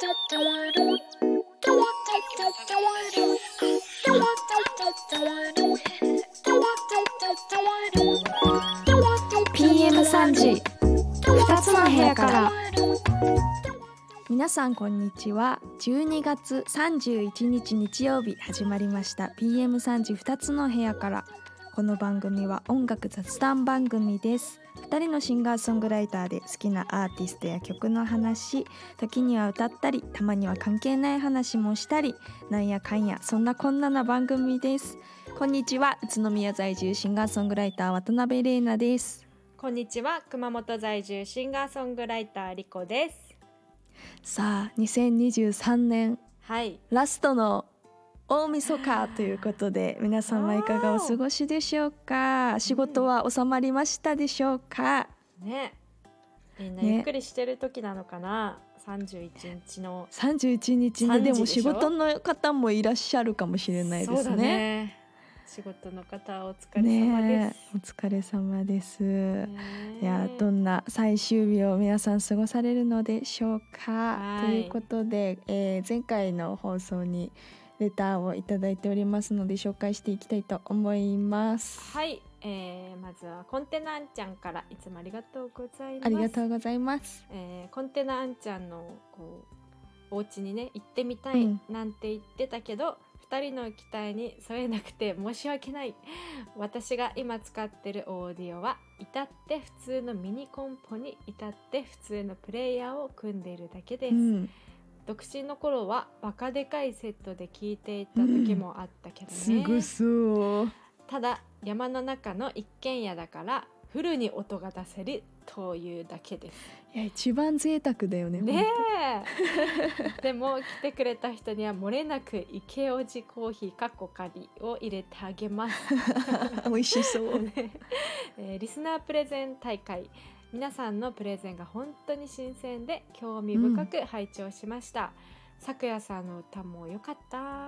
PM3 時2つの部屋から。皆さんこんにちは。12月31日日曜日始まりました PM3 時2つの部屋から。この番組は音楽雑談番組です。2人のシンガーソングライターで好きなアーティストや曲の話、時には歌ったり、たまには関係ない話もしたり、なんやかんやそんなこんなな番組です。こんにちは。宇都宮在住シンガーソングライター渡辺玲奈です。 こんにちは。熊本在住シンガーソングライターリコです。 さあ2023年、 はい、 ラストの大晦日ということで、皆様いかがお過ごしでしょうか。仕事は収まりましたでしょうか。 ね、みんなゆっくりしてる時なのかな、31日の 31日でも仕事の方もいらっしゃるかもしれないですね。 そうだね、仕事の方お疲れ様です、 お疲れ様です、いや、どんな最終日を皆さん過ごされるのでしょうか。ということで、前回の放送にレターをいただいておりますので紹介していきたいと思います。 はい、まずはコンテナあんちゃんから、いつもありがとうございます。 ありがとうございます。 コンテナあんちゃんのお家にね行ってみたいなんて言ってたけど、2人の期待に添えなくて申し訳ない。私が今使ってるオーディオは至って普通のミニコンポに至って普通のプレイヤーを組んでいるだけです、独身の頃はバカでかいセットで聴いていた時もあったけどね、 すごそう。 ただ山の中の一軒家だからフルに音が出せるというだけです。 いや、一番贅沢だよね。 ねえでも来てくれた人には漏れなく池おじコーヒーかっこかりを入れてあげます美味しそう、 リスナープレゼン大会、皆さんのプレゼンが本当に新鮮で興味深く拝聴しました、咲夜さんの歌も良かった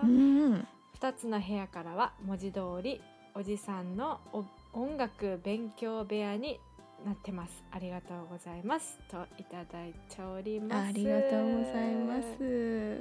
、2つの部屋からは文字通りおじさんの音楽勉強部屋になってます。ありがとうございますといただいております。 ありがとうございます。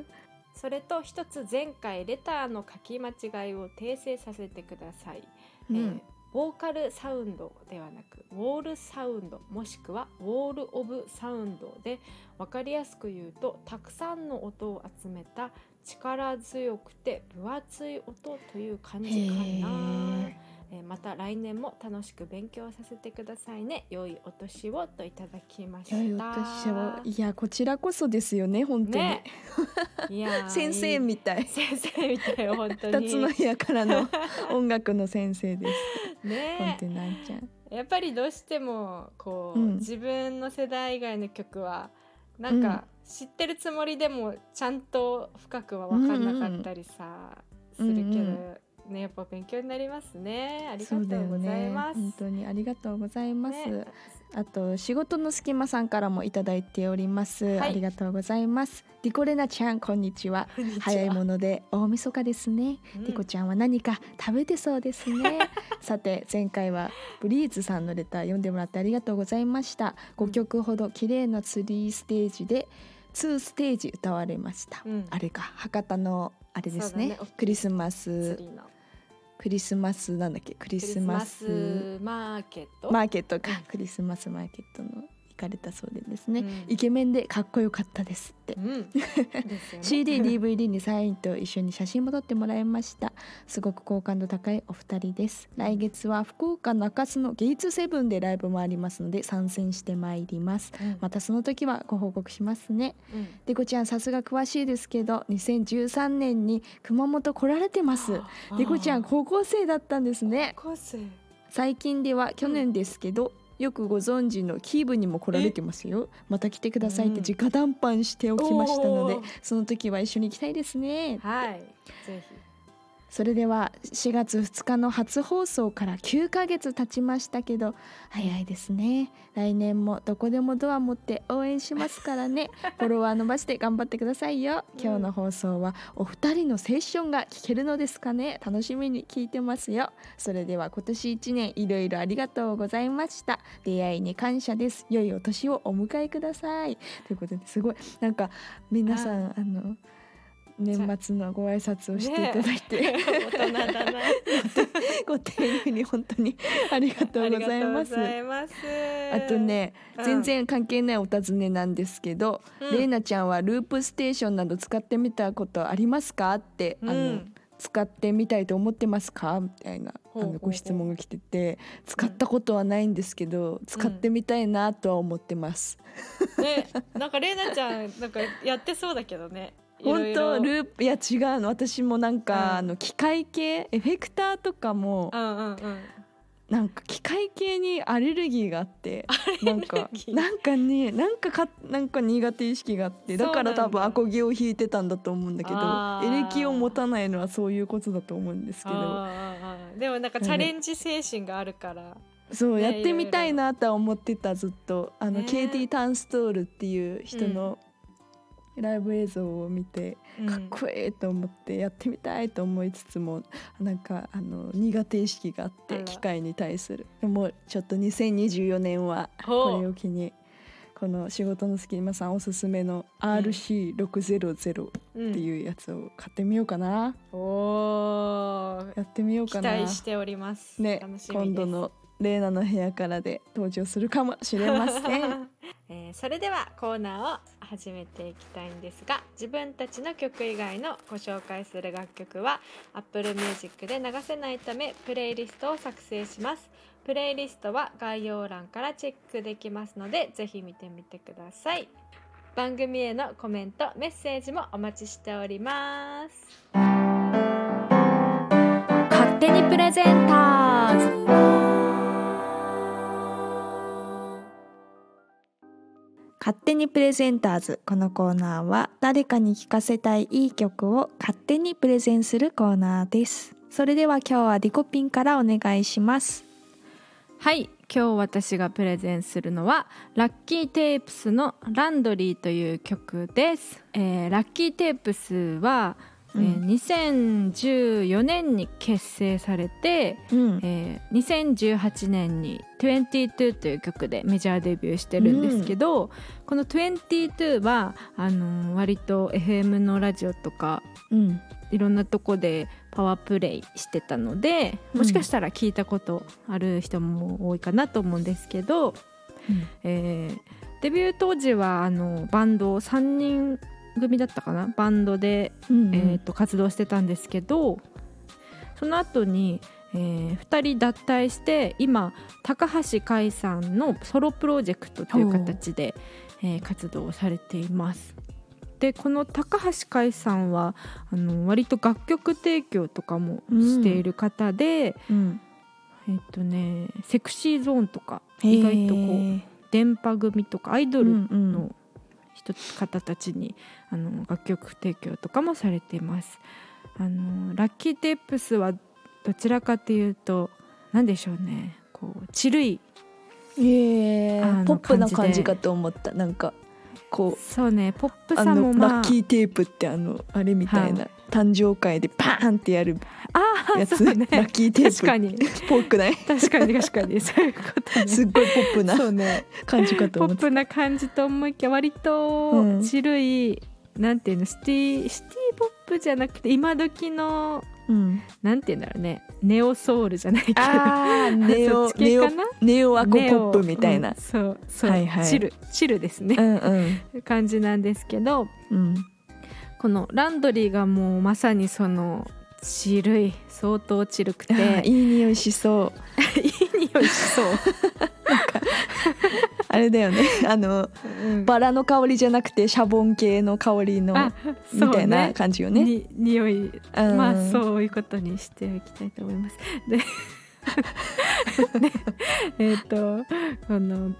それと一つ、前回レターの書き間違いを訂正させてください、ボーカルサウンドではなくウォールサウンド、もしくはウォールオブサウンドで、分かりやすく言うとたくさんの音を集めた力強くて分厚い音という感じかな。また来年も楽しく勉強させてくださいね。良いお年をといただきました。 良いお年を。いや、こちらこそですよね、本当に、ね、いや先生みたい。 先生みたいよ、本当に。 2つの部屋からの音楽の先生ですね。コンテナちゃん、 やっぱりどうしても自分の世代以外の曲はなんか知ってるつもりでもちゃんと深くは分かんなかったりさ、するけど、ね、やっぱ勉強になりますね。ありがとうございます。 本当にありがとうございます、あと仕事の隙間さんからもいただいております、ありがとうございます。リコレナちゃん、こんにちは。早いもので大晦日ですね、リコちゃんは何か食べてそうですねさて、前回はブリーズさんのレター読んでもらってありがとうございました。5曲ほど綺麗な3ステージで2ステージ歌われました、あれか博多のあれですね、クリスマスなんだっけ、クリスマスマーケットか、クリスマスマーケットの行かれたそうでですね、イケメンでかっこよかったですって、ですよね、CD、DVD にサインと一緒に写真も撮ってもらいました。すごく好感度高いお二人です。来月は福岡中洲のゲイツセブンでライブもありますので参戦してまいります、またその時はご報告しますね、でこちゃんさすが詳しいですけど2013年に熊本来られてます。でこちゃん高校生だったんですね。 高校生。 最近では去年ですけど、よくご存知のキーブにも来られてますよ。また来てくださいって直談判しておきましたので、その時は一緒に行きたいですね。 はい、ぜひ。 それでは4月2日の初放送から9ヶ月経ちましたけど、早いですね。来年もどこでもドア持って応援しますからね。フォロワー伸ばして頑張ってくださいよ。今日の放送はお二人のセッションが聞けるのですかね。楽しみに聞いてますよ。それでは今年1年いろいろありがとうございました。出会いに感謝です。良いお年をお迎えください。ということですごいなんか皆さん年末のご挨拶をしていただいて、 ね、大人だなご丁寧に本当にありがとうございます。あとね、全然関係ないお尋ねなんですけど、レイナちゃんはループステーションなど使ってみたことありますかって、使ってみたいと思ってますかみたいなご質問が来てて、使ったことはないんですけど、使ってみたいなとは思ってます、 ね、なんかレイナちゃんなんかやってそうだけどね。 本当ループ、いや違うの、私もなんか、機械系エフェクターとかも、なんか機械系にアレルギーがあって、なんかね、なんか苦手意識があって、だから多分アコギを弾いてたんだと思うんだけど、エレキを持たないのはそういうことだと思うんですけど、 でもなんかチャレンジ精神があるから、 そう、ね、やってみたいなとは思ってた、ずっとケイティ・タンストールっていう人の、ライブ映像を見てかっこいいと思ってやってみたいと思いつつも、なんか苦手意識があって、機械に対する。でもちょっと2024年はこれを機にこの仕事の隙間さんおすすめの RC600 っていうやつを買ってみようかな、やってみようかな。 期待しておりますね。 楽しみです。 今度のレイナの部屋からで登場するかもしれませんそれではコーナーを始めていきたいんですが、自分たちの曲以外のご紹介する楽曲は Apple Music で流せないため、プレイリストを作成します。プレイリストは概要欄からチェックできますので、ぜひ見てみてください。番組へのコメント、メッセージもお待ちしております。 勝手にプレゼンターズ。勝手にプレゼンターズ。このコーナーは誰かに聴かせたいいい曲を勝手にプレゼンするコーナーです。それでは今日はリコピンからお願いします。 はい、今日私がプレゼンするのはラッキーテープスのランドリーという曲です。ラッキーテープスは2014年に結成されて、2018年に22という曲でメジャーデビューしてるんですけど、この22は割と FM のラジオとか、いろんなとこでパワープレイしてたので、もしかしたら聞いたことある人も多いかなと思うんですけど、デビュー当時はバンド3人組だったかな、バンドで、活動してたんですけど、その後に、2人脱退して、今高橋海さんのソロプロジェクトという形で、活動されています。でこの高橋海さんは割と楽曲提供とかもしている方で、セクシーゾーンとか意外とこう電波組とかアイドルの方たちに楽曲提供とかもされています。ラッキーテープスはどちらかというと何でしょうね、こうチルい、 ポップな感じかと思った。なんかこうそうね、ポップさもラッキーテープってあれみたいな、誕生会でパーンってやるやつ、ね、ラッキーテープ、確かにポップない確かにそういうことね、 すっごいポップな感じかと思って、 ポップな感じと思いきや割とチルい、なんていうの、シティポップじゃなくて今時の、なんていうんだろうね、ネオソウルじゃないけど、 ネオアコポップみたいな、 そう、チルですね、感じなんですけど、このランドリーがもうまさにそのチルい、相当チルくていい匂いしそういい匂いしそうなんかあれだよね、バラの香りじゃなくてシャボン系の香りのみたいな感じよね、 匂い、まあそういうことにしていきたいと思います。でこの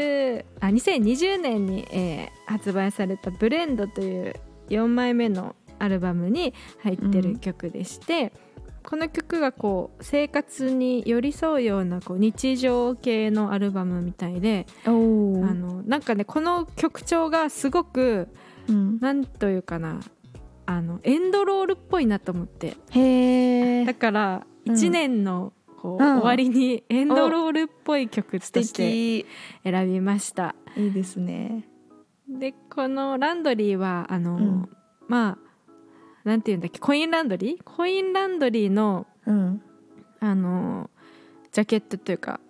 2020年に、発売されたブレンドという4枚目のアルバムに入ってる曲でして、この曲がこう生活に寄り添うようなこう日常系のアルバムみたいで、なんかねこの曲調がすごく、なんというかな、エンドロールっぽいなと思って、だから1年のこう、終わりにエンドロールっぽい曲として選びました。 いいですね。 でこのランドリーはまあなんていうんだっけ、コインランドリーの、ジャケットというか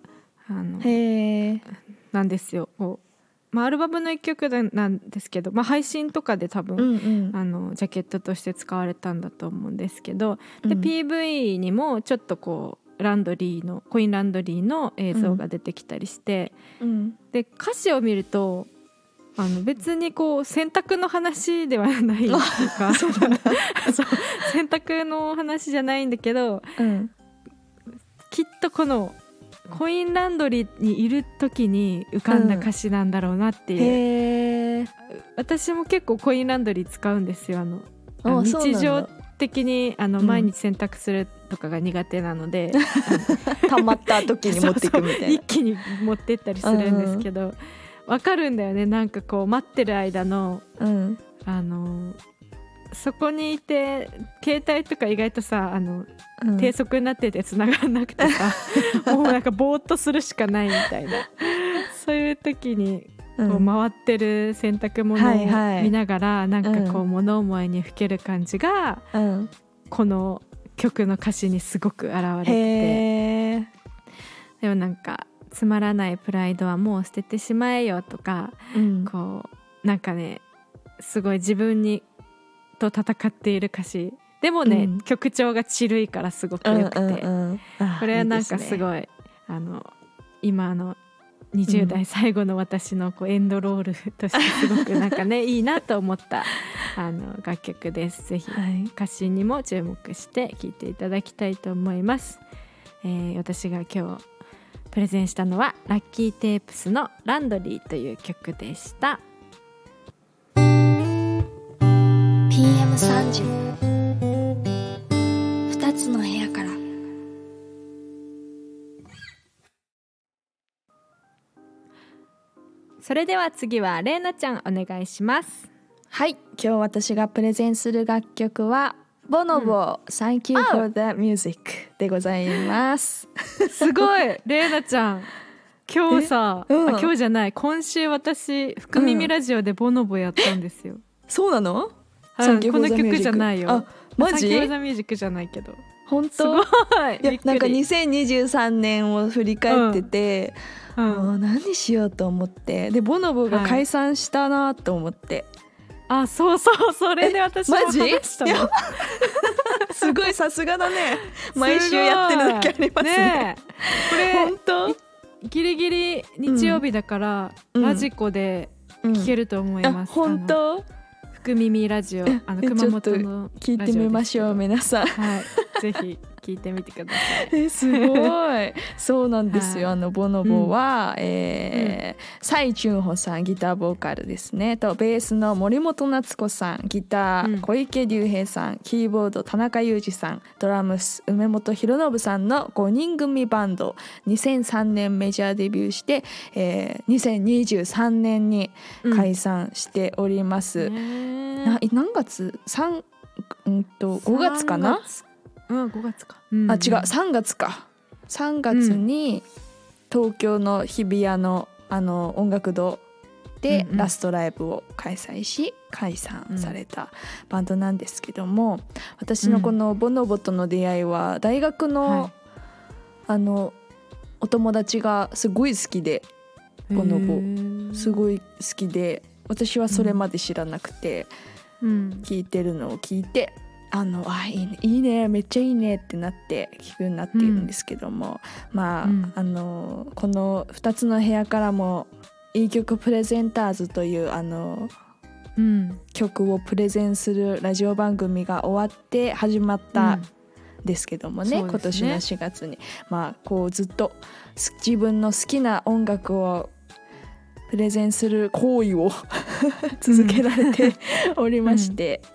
なんですよ。こう、アルバムの一曲なんですけど、配信とかで多分、ジャケットとして使われたんだと思うんですけど、で PV にもちょっとこうコインランドリーの映像が出てきたりして、で歌詞を見ると別にこう洗濯の話ではないっていうかそう洗濯の話じゃないんだけど、きっとこのコインランドリーにいる時に浮かんだ歌詞なんだろうなっていう、私も結構コインランドリー使うんですよ。日常的に毎日洗濯するとかが苦手なので、 溜まった時に持っていくみたいな一気に持ってったりするんですけど、わかるんだよね。なんかこう待ってる間の、そこにいて携帯とか意外とさ低速になってて繋がらなくてさもうなんかぼーっとするしかないみたいなそういう時にこう回ってる洗濯物を見ながら、なんかこう物思いにふける感じが、この曲の歌詞にすごく現れてて、でもなんかつまらないプライドはもう捨ててしまえよとか、こうなんかねすごい自分にと戦っている歌詞でもね、曲調がチルいからすごくよくて、これはなんかすごい今20代最後の私のこうエンドロールとしてすごくなんかねいいなと思った楽曲です。ぜひ歌詞にも注目して聴いていただきたいと思います。私が今日プレゼンしたのはラッキーテープスのランドリーという曲でした。 PM3 時2つの部屋から。 それでは次はレイナちゃんお願いします。 はい、今日私がプレゼンする楽曲はボノボ、Thank you for the music でございます。 すごいレイナちゃん今日さ、今日じゃない今週私福耳ラジオでボノボやったんですよ。 そうなの？ この曲じゃないよ。 マジ？ Thank you for the music じゃないけど。 本当？ すごい。 なんか2023年を振り返ってて、もう何しようと思って、でボノボが解散したなと思って、 そうそれで私も話したの。 すごいさすがだね。毎週やってるだけありますね。 これ本当ギリギリ日曜日だから、ラジコで聞けると思います。 本当？ 福耳ラジオ熊本の聞いてみましょう皆さん。 ぜひ聞いてみてください。 すごい。そうなんですよ。ボノボは、蔡淳穂さんギターボーカルですねと、ベースの森本夏子さん、ギター小池隆平さん、キーボード田中裕二さん、ドラムス梅本博信さんの5人組バンド。2003年メジャーデビューして、2023年に解散しております。何月5月かな。 5月か、 違う3月か。3月に東京の日比谷の音楽堂でラストライブを開催し解散されたバンドなんですけども、私のこのボノボとの出会いは大学の、お友達がすごい好きで、ボノボすごい好きで、私はそれまで知らなくて、聞いてるのを聞いていいねめっちゃいいねってなって聞くようになっているんですけども、この2つの部屋からもいい曲プレゼンターズという曲をプレゼンするラジオ番組が終わって始まったんですけどもね、今年の4月にこうずっと自分の好きな音楽をプレゼンする行為を続けられておりまして、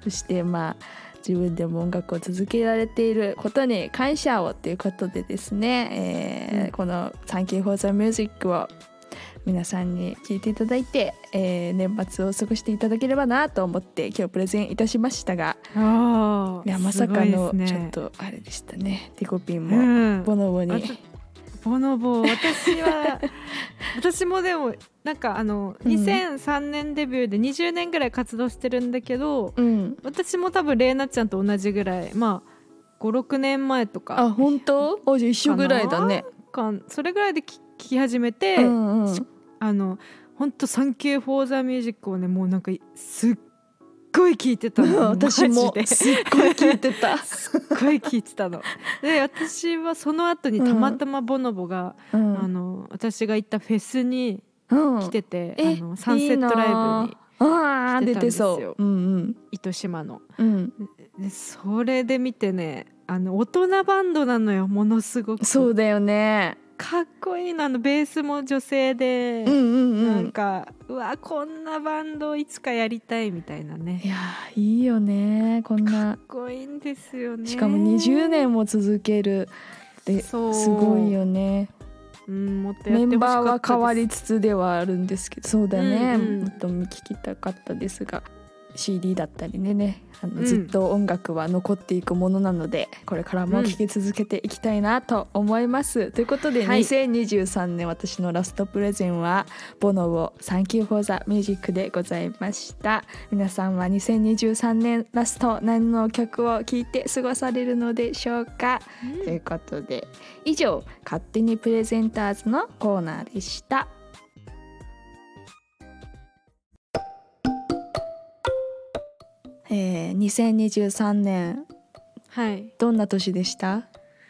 そして自分でも音楽を続けられていることに感謝をということでですね、この Thank you for the music を皆さんに聞いていただいて、年末を過ごしていただければなと思って今日プレゼンいたしましたが、いやまさかのちょっとあれでしたね。ティコピンもボノボに、 ボノボ私もでもなんか2003年デビューで20年ぐらい活動してるんだけど、私も多分レイナちゃんと同じぐらい5-6年前とか。 あ、本当？じゃあ一緒ぐらいだね。 それぐらいで聴き始めて、ほんとサンキューフォーザミュージックをね、もうなんかすっごい聴いてたの。 私もすっごい聴いてたすっごい聴いてたので、私はその後にたまたまボノボが、私が行ったフェスに来てて、サンセットライブに来てたんですよ。糸島の、でそれで見てね、大人バンドなのよ、ものすごく。 そうだよね、 かっこいいの。ベースも女性で、なんかうわこんなバンドいつかやりたいみたいなね。 いやいいよね、こんなかっこいいんですよね。 しかも20年も続けるですごいよね。 もっとやってほしかったです。 メンバーは変わりつつではあるんですけど、そうだね、もっと聞きたかったですが、 CD だったりでね、ずっと音楽は残っていくものなので、これからも聴き続けていきたいなと思います、ということで、2023年私のラストプレゼンはボノボ Thank you for the music でございました。皆さんは2023年ラスト何の曲を聴いて過ごされるのでしょうか、ということで以上勝手にプレゼンターズのコーナーでした。2023年、どんな年でした？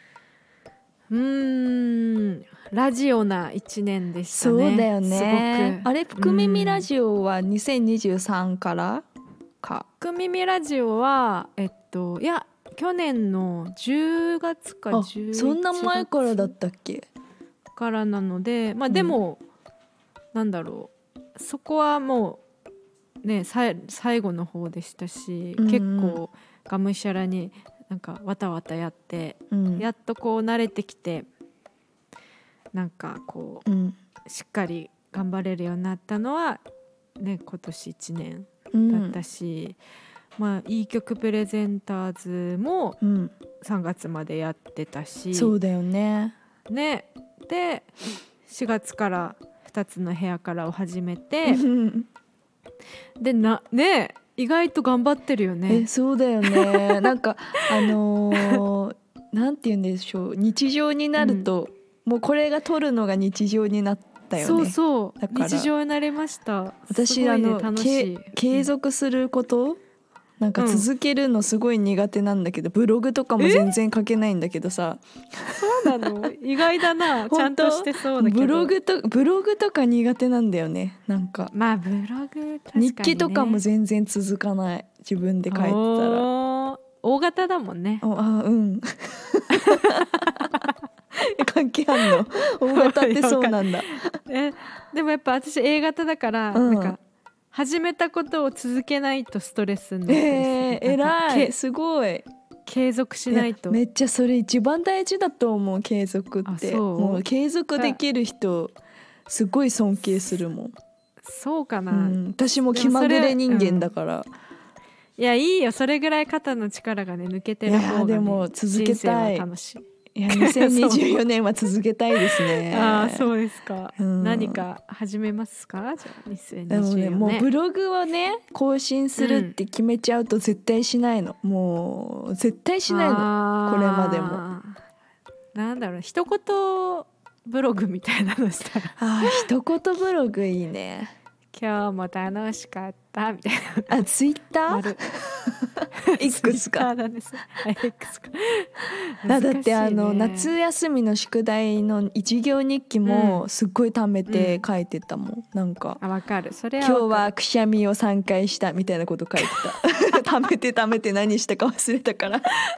ラジオな1年でしたね。 そうだよね。 すごく。 あれ、福耳ラジオは2023からか。 福耳ラジオはいや去年の10月か11月、 そんな前からだったっけ？ からなので、でも、なんだろう、そこはもうね、最後の方でしたし、結構がむしゃらになんかわたわたやって、やっとこう慣れてきて、なんかこう、しっかり頑張れるようになったのは、ね、今年1年だったし、いい曲プレゼンターズも3月までやってたし、 そうだよね。 で4月から2つの部屋からを始めてでね、意外と頑張ってるよね。 そうだよねなんかなんて言うんでしょう、日常になると、もうこれが撮るのが日常になったよね。 そうだから日常になりました。 私、 楽しい。 継続すること、なんか続けるのすごい苦手なんだけど、ブログとかも全然書けないんだけどさ。 そうなの？意外だなちゃんとしてそうだけど。 ブログとか苦手なんだよね。なんかブログ確かに、ね、 日記とかも全然続かない、自分で書いてたら。 大型だもんね。 関係あんの？大型ってそうなんだでもやっぱ私 A 型だから、なんか始めたことを続けないとストレスになったりする。 偉い、すごい継続しないと。 めっちゃそれ一番大事だと思う、継続って。もう継続できる人すごい尊敬するもん。 そうかな、 私も気まぐれ人間だから、 いやいいよ、それぐらい肩の力がね抜けてる方が、ね、 でも続けたい。 人生は楽しい。 いや2024年は続けたいですねそうですか、何か始めますか？じゃあ2024年。でもね、 もうブログをね更新するって決めちゃうと絶対しないの、もう絶対しないの、これまでも。 なんだろう、一言ブログみたいなのしたら一言ブログいいね。 今日も楽しかったみたいな。 ツイッターX か。だって夏休みの宿題の一行日記もすっごい貯めて書いてたもん。なんかわかる、それは今日はくしゃみを3回したみたいなこと書いてた貯めて何したか忘れたから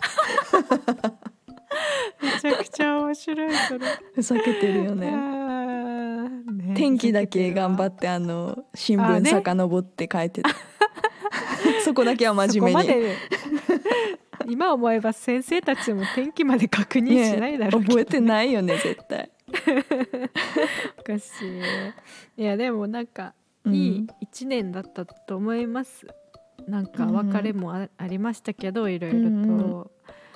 めちゃくちゃ面白い、それ。 ふざけてるよね。天気だけ頑張って新聞遡って書いてた、 そこだけは真面目に。 そこまで今思えば先生たちも天気まで確認しないだろうけど、 覚えてないよね絶対。 おかしい。いやでもなんかいい1年だったと思います。なんか別れも ありましたけど、いろいろと、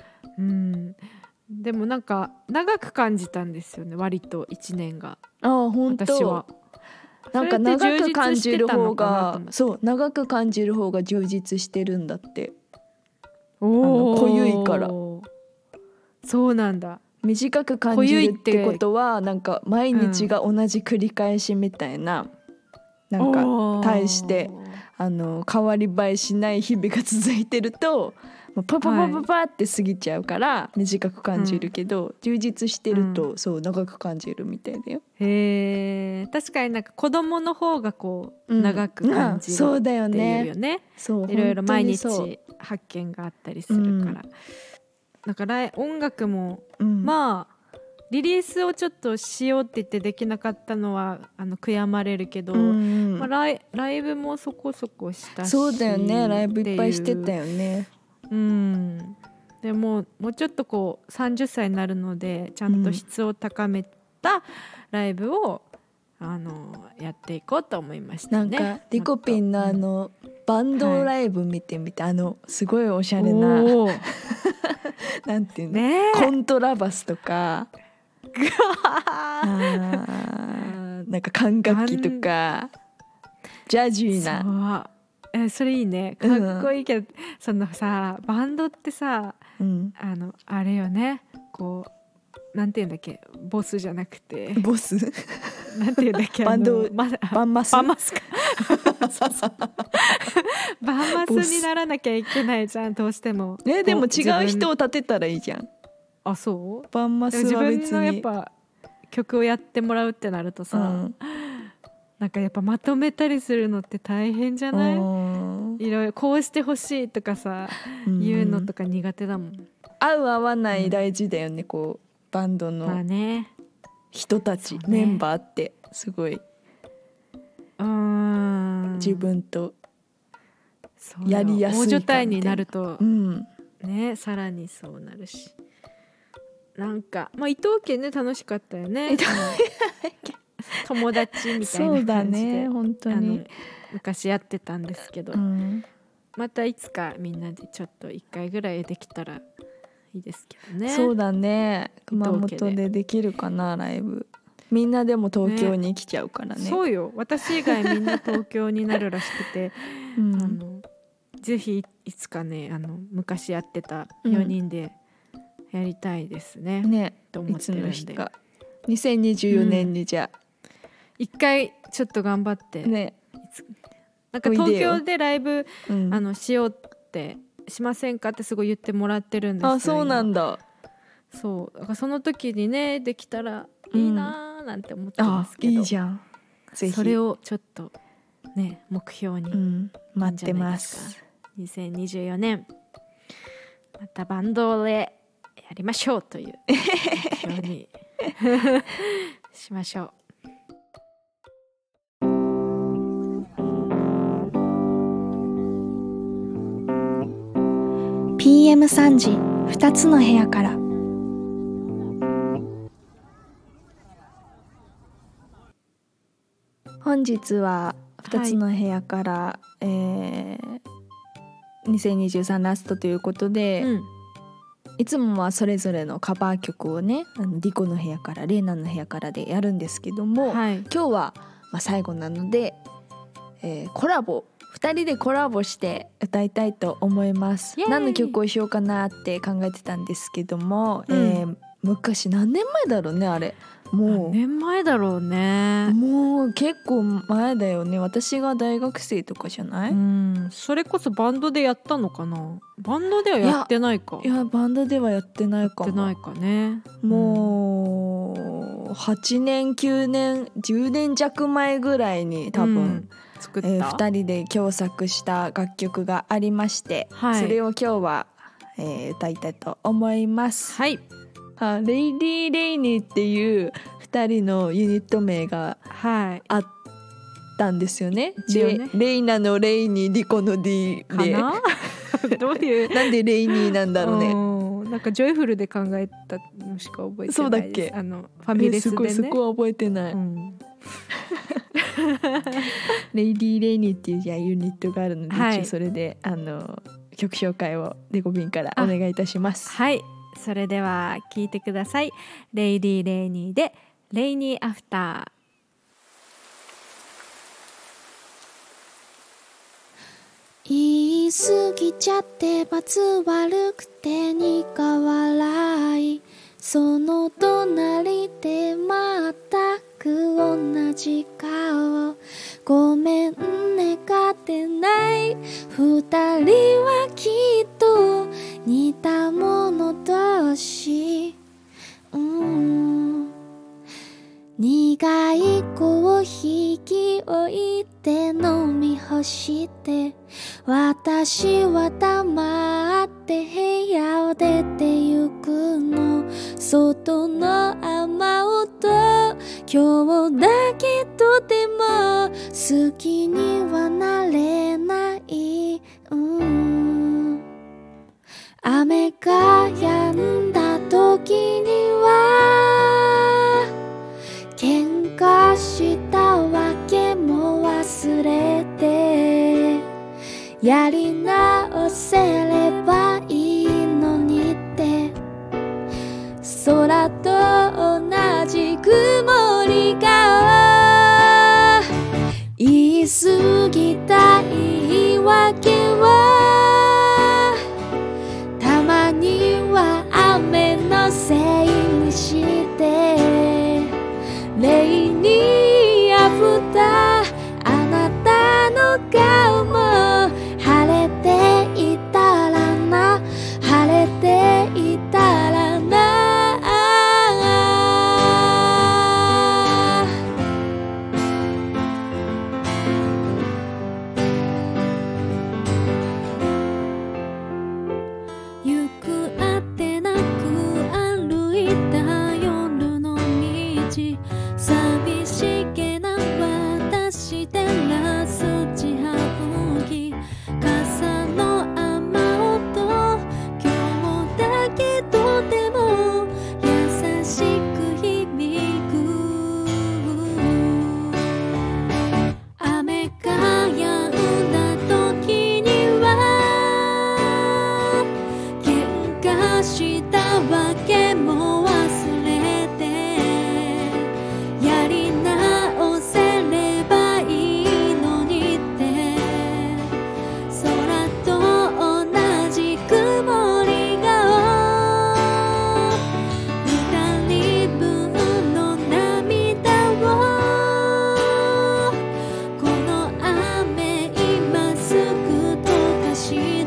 でもなんか長く感じたんですよね、割と1年が。 本当。 私はなんか長く感じる方が、 そう長く感じる方が充実してるんだって。 濃ゆいから。 そうなんだ。 短く感じるってことはなんか毎日が同じ繰り返しみたいな、なんか対して変わり映えしない日々が続いてるとパパパパパって過ぎちゃうから短く感じるけど、充実してるとそう長く感じるみたいだよ。 へえ、確かになんか子供の方がこう長く感じるっていうよね。 そうだよね。 いろいろ毎日発見があったりするから、だから音楽も、まあリリースをちょっとしようって言ってできなかったのは悔やまれるけど、ライブもそこそこしたし。 そうだよね、ライブいっぱいしてたよね。 でもうちょっとこう30歳になるのでちゃんと質を高めたライブを、やっていこうと思いましたね。 なんかリコピンのバンドライブ見てみて、すごいおしゃれななんていうの、コントラバスとかなんか管楽器とかジャジーな。 それいいね、かっこいいけど、そのさバンドってさ、あれよね、こうなんていうんだっけ、ボスじゃなくてボスなんていうんだっけ、 バンマスバンマスかバンマスにならなきゃいけないじゃん、どうしても。 でも違う人を立てたらいいじゃん。 あ、そう。 バンマスは別に自分のやっぱ曲をやってもらうってなるとさ、なんかやっぱまとめたりするのって大変じゃない？いろいろこうしてほしいとかさ、言うのとか苦手だもん。 合う合わない大事だよね、こうバンドの人たち、メンバーってすごい自分とやりやすいかみたいな。大所帯になると、さらにそうなるし、なんか伊藤家ね楽しかったよね。友達みたいな感じで、そうだね、本当に昔やってたんですけど、またいつかみんなでちょっと1回ぐらいできたらいいですけどね。 そうだね、熊本でできるかなライブ。みんなでも東京に来ちゃうからね。 そうよ、私以外みんな東京になるらしくて、ぜひいつかね昔やってた4人でやりたいですね、と思ってるんで、いつの日か 2024年にじゃあ、 一回ちょっと頑張ってね、 なんか東京でライブ、しようってしませんかってすごい言ってもらってるんですよ。 あ、そうなんだ。 そうだからその時にねできたらいいなーなんて思ってますけど、 いいじゃん、ぜひそれをちょっとね目標に、 待ってます。 2024年またバンドでやりましょうという目標にしましょう。 PM3 時2つの部屋から。本日は2つの部屋から、2023ラストということで、いつもはそれぞれのカバー曲をね、リコの部屋からレイナの部屋からでやるんですけども、今日は最後なので、コラボ2人でコラボして歌いたいと思います。何の曲をしようかなって考えてたんですけども、昔何年前だろうね、あれもう何年前だろうね。 もう結構前だよね。私が大学生とかじゃない？ それこそバンドでやったのかな。バンドではやってないか。 いやバンドではやってないかも。 やってないかね。 もう8年9年10年弱前ぐらいに多分、 作った 2人で共作した楽曲がありまして、それを今日は、歌いたいと思います。レイディー・レイニーっていう2人のユニット名があったんですよね。 一応ねでレイナのレイにリコの D でかなどういうなんでレイニーなんだろうね。 なんかジョイフルで考えたのしか覚えてないです。 そうだっけ。 ファミレスでね。 そこは覚えてない、レイディー・レイニーっていうユニットがあるので、 はい、 一応それで曲紹介をデコビンからお願いいたします。 はい、それでは聞いてください。レイディー・レイニーでレイニー・アフター。 言い過ぎちゃって罰悪くて苦笑い、その隣で全く同じ顔、ごめんね勝てない二人はきっと似た者同士、苦いコーヒー気を置いて飲み干して、私は黙って部屋を出て行くの。外の雨音今日だけとても好きにはなれない、雨が止んだ時には喧嘩したわけも忘れて、やり直せればいいのにって、空と同じ曇りが言い過ぎた言い訳はたまには雨のせいにして、レイニーアフター、あなたの顔も晴れていたらな、晴れていたらな。行くあてなく歩いた夜の道、寂しげな私照らす自販機、傘の雨音今日だけとても優しく響く、雨が止んだ時には喧嘩したわけも忘れて、やり直せればいいのにって、空と同じ曇り顔、二人分の涙をこの雨今すぐ溶かして、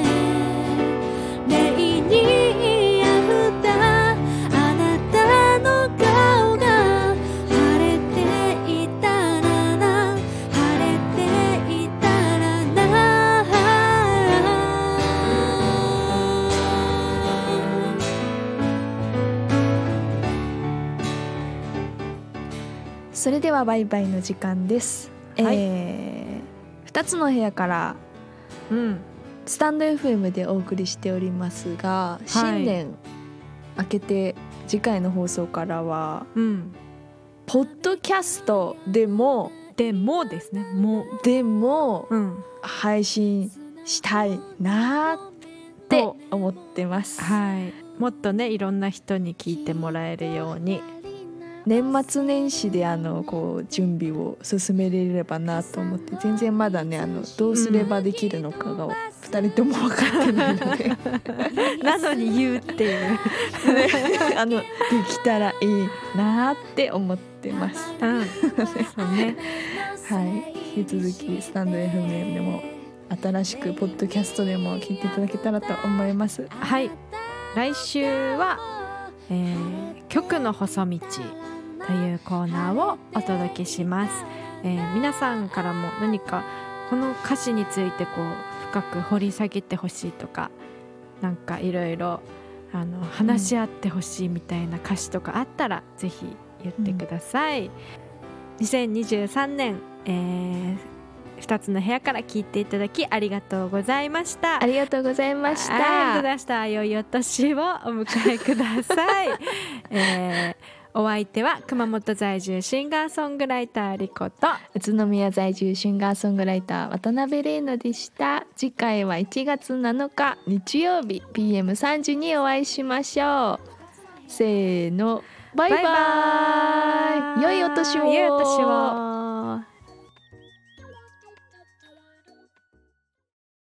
レイニーアフター、あなたの顔が晴れていたらな、晴れていたらな。 それではバイバイの時間です、 はい 2つの部屋からスタンド FM でお送りしておりますが、新年明けて次回の放送からは、ポッドキャストでもですね、 でも、配信したいなって思ってます。 はい、もっとねいろんな人に聞いてもらえるように、 年末年始でこう準備を進めれればなと思って、全然まだねどうすればできるのかが2人とも分かってないのでなのに言うっていうできたらいいなって思ってます。 そうねはい、引き続きスタンド FM でも新しくポッドキャストでも聞いていただけたらと思います。 はい、来週は、曲の細道というコーナーをお届けします。皆さんからも何かこの歌詞についてこう深く掘り下げてほしいとか、なんかいろいろ話し合ってほしいみたいな歌詞とかあったらぜひ言ってください。2023年、 2つの部屋から聞いていただきありがとうございました。 ありがとうございました。 ありがとうございました。良いお年をお迎えください。お相手は熊本在住シンガーソングライターリコと宇都宮在住シンガーソングライター渡辺玲奈でした。次回は1月7日日曜日 PM3 時にお会いしましょう。せーの、バイバイ。良いお年を。 良いお年を。